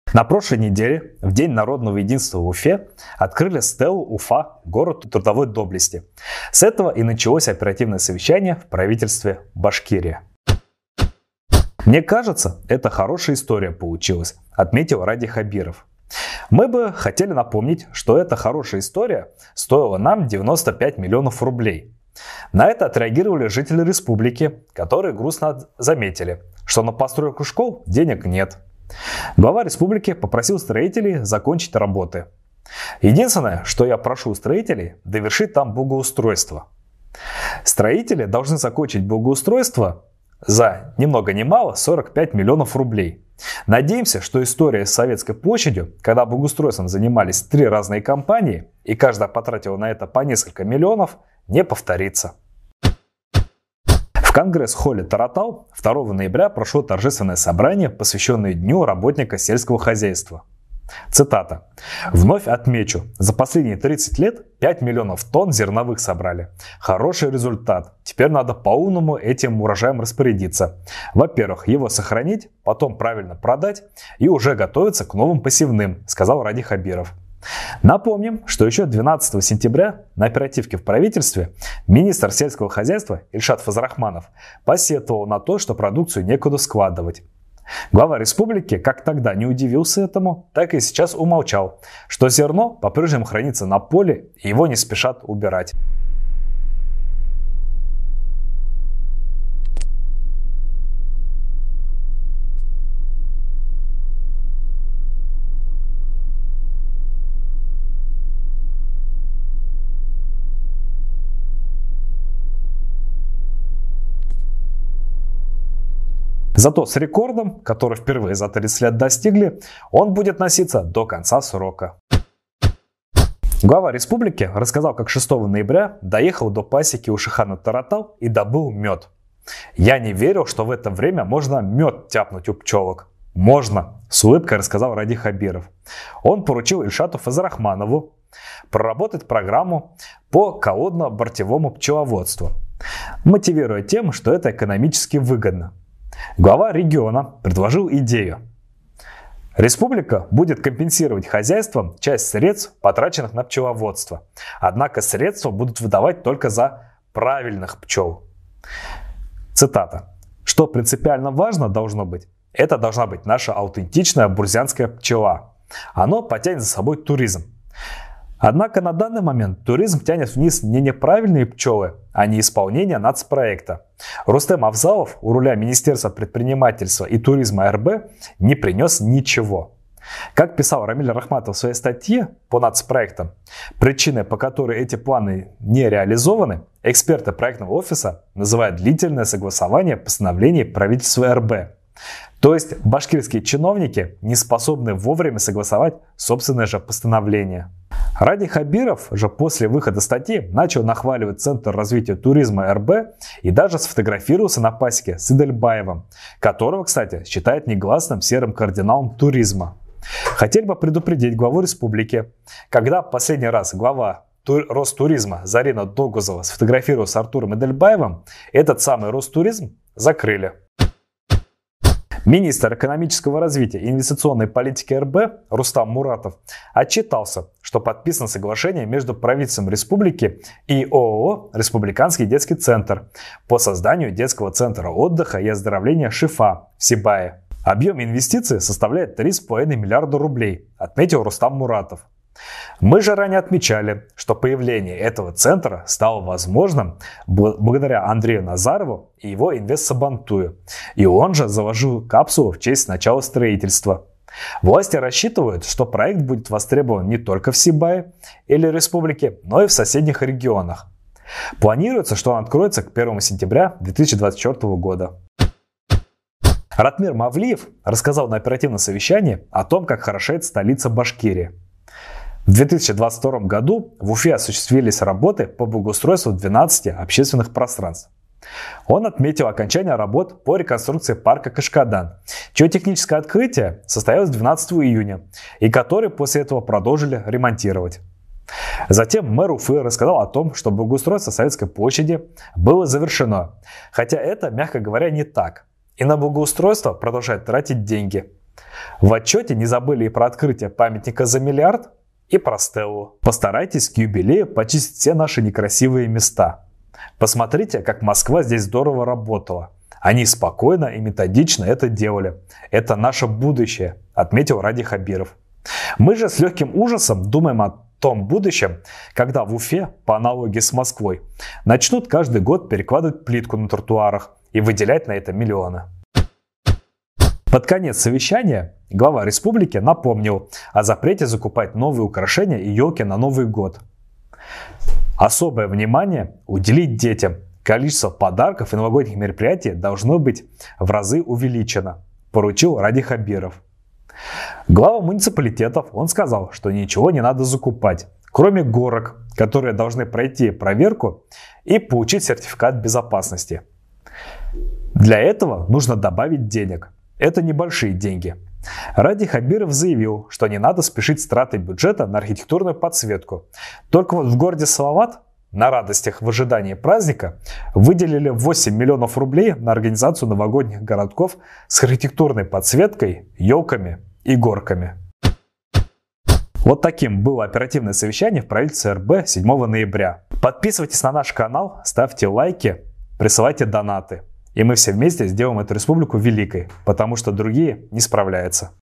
На прошлой неделе, в День народного единства в Уфе, открыли стелу Уфа, город трудовой доблести. С этого и началось оперативное совещание в правительстве Башкирии. Мне кажется, это хорошая история получилась, отметил Ради Хабиров. Мы бы хотели напомнить, что эта хорошая история стоила нам 95 миллионов рублей. На это отреагировали жители республики, которые грустно заметили, что на постройку школ денег нет. Глава республики попросил строителей закончить работы. Единственное, что я прошу строителей, довершить там благоустройство. Строители должны закончить благоустройство за ни много ни мало 45 миллионов рублей. Надеемся, что история с Советской площадью, когда благоустройством занимались 3 разные компании, и каждая потратила на это по несколько миллионов, не повторится. В Конгресс-холле Таратал 2 ноября прошло торжественное собрание, посвященное Дню работника сельского хозяйства. Цитата. «Вновь отмечу, за последние 30 лет 5 миллионов тонн зерновых собрали. Хороший результат. Теперь надо по-умному этим урожаем распорядиться. Во-первых, его сохранить, потом правильно продать и уже готовиться к новым посевным», сказал Ради Хабиров. Напомним, что еще 12 сентября на оперативке в правительстве министр сельского хозяйства Ильшат Фазрахманов посетовал на то, что продукцию некуда складывать. Глава республики как тогда не удивился этому, так и сейчас умолчал, что зерно по-прежнему хранится на поле и его не спешат убирать. Зато с рекордом, который впервые за 30 лет достигли, он будет носиться до конца срока. Глава республики рассказал, как 6 ноября доехал до пасеки у Шихана Таратал и добыл мед. «Я не верил, что в это время можно мед тяпнуть у пчелок». «Можно», с улыбкой рассказал Ради Хабиров. Он поручил Ильшату Фазрахманову проработать программу по колодно-бортевому пчеловодству, мотивируя тем, что это экономически выгодно. Глава региона предложил идею. Республика будет компенсировать хозяйствам часть средств, потраченных на пчеловодство. Однако средства будут выдавать только за правильных пчел. Цитата. «Что принципиально важно должно быть, это должна быть наша аутентичная бурзянская пчела. Оно потянет за собой туризм. Однако на данный момент туризм тянет вниз не неправильные пчелы, а не исполнение нацпроекта. Рустем Авзалов у руля Министерства предпринимательства и туризма РБ не принес ничего». Как писал Рамиль Рахматов в своей статье по нацпроектам, причиной, по которой эти планы не реализованы, эксперты проектного офиса называют длительное согласование постановлений правительства РБ. То есть башкирские чиновники не способны вовремя согласовать собственное же постановление. Ради Хабиров же после выхода статьи начал нахваливать Центр развития туризма РБ и даже сфотографировался на пасеке с Идельбаевым, которого, кстати, считает негласным серым кардиналом туризма. Хотели бы предупредить главу республики, когда последний раз глава Ростуризма Зарина Догузова сфотографировалась с Артуром Идельбаевым, этот самый Ростуризм закрыли. Министр экономического развития и инвестиционной политики РБ Рустам Муратов отчитался, что подписано соглашение между правительством республики и ООО «Республиканский детский центр» по созданию детского центра отдыха и оздоровления «Шифа» в Сибае. Объем инвестиций составляет 3,5 миллиарда рублей, отметил Рустам Муратов. Мы же ранее отмечали, что появление этого центра стало возможным благодаря Андрею Назарову и его инвестсабантую, и он же заложил капсулу в честь начала строительства. Власти рассчитывают, что проект будет востребован не только в Сибае или республике, но и в соседних регионах. Планируется, что он откроется к 1 сентября 2024 года. Ратмир Мавлиев рассказал на оперативном совещании о том, как хорошеет столица Башкирии. В 2022 году в Уфе осуществились работы по благоустройству 12 общественных пространств. Он отметил окончание работ по реконструкции парка Кашкадан, чье техническое открытие состоялось 12 июня и который после этого продолжили ремонтировать. Затем мэр Уфы рассказал о том, что благоустройство Советской площади было завершено, хотя это, мягко говоря, не так. И на благоустройство продолжают тратить деньги. В отчете не забыли и про открытие памятника за миллиард, и про Стеллу. Постарайтесь к юбилею почистить все наши некрасивые места. Посмотрите, как Москва здесь здорово работала. Они спокойно и методично это делали. Это наше будущее, отметил Ради Хабиров. Мы же с легким ужасом думаем о том будущем, когда в Уфе, по аналогии с Москвой, начнут каждый год перекладывать плитку на тротуарах и выделять на это миллионы. Под конец совещания глава республики напомнил о запрете закупать новые украшения и елки на Новый год. Особое внимание уделить детям. Количество подарков и новогодних мероприятий должно быть в разы увеличено, поручил Ради Хабиров. Глава муниципалитетов, он сказал, что ничего не надо закупать, кроме горок, которые должны пройти проверку и получить сертификат безопасности. Для этого нужно добавить денег. Это небольшие деньги. Ради Хабиров заявил, что не надо спешить с тратой бюджета на архитектурную подсветку. Только вот в городе Салават на радостях в ожидании праздника выделили 8 миллионов рублей на организацию новогодних городков с архитектурной подсветкой, елками и горками. Вот таким было оперативное совещание в правительстве РБ 7 ноября. Подписывайтесь на наш канал, ставьте лайки, присылайте донаты. И мы все вместе сделаем эту республику великой, потому что другие не справляются.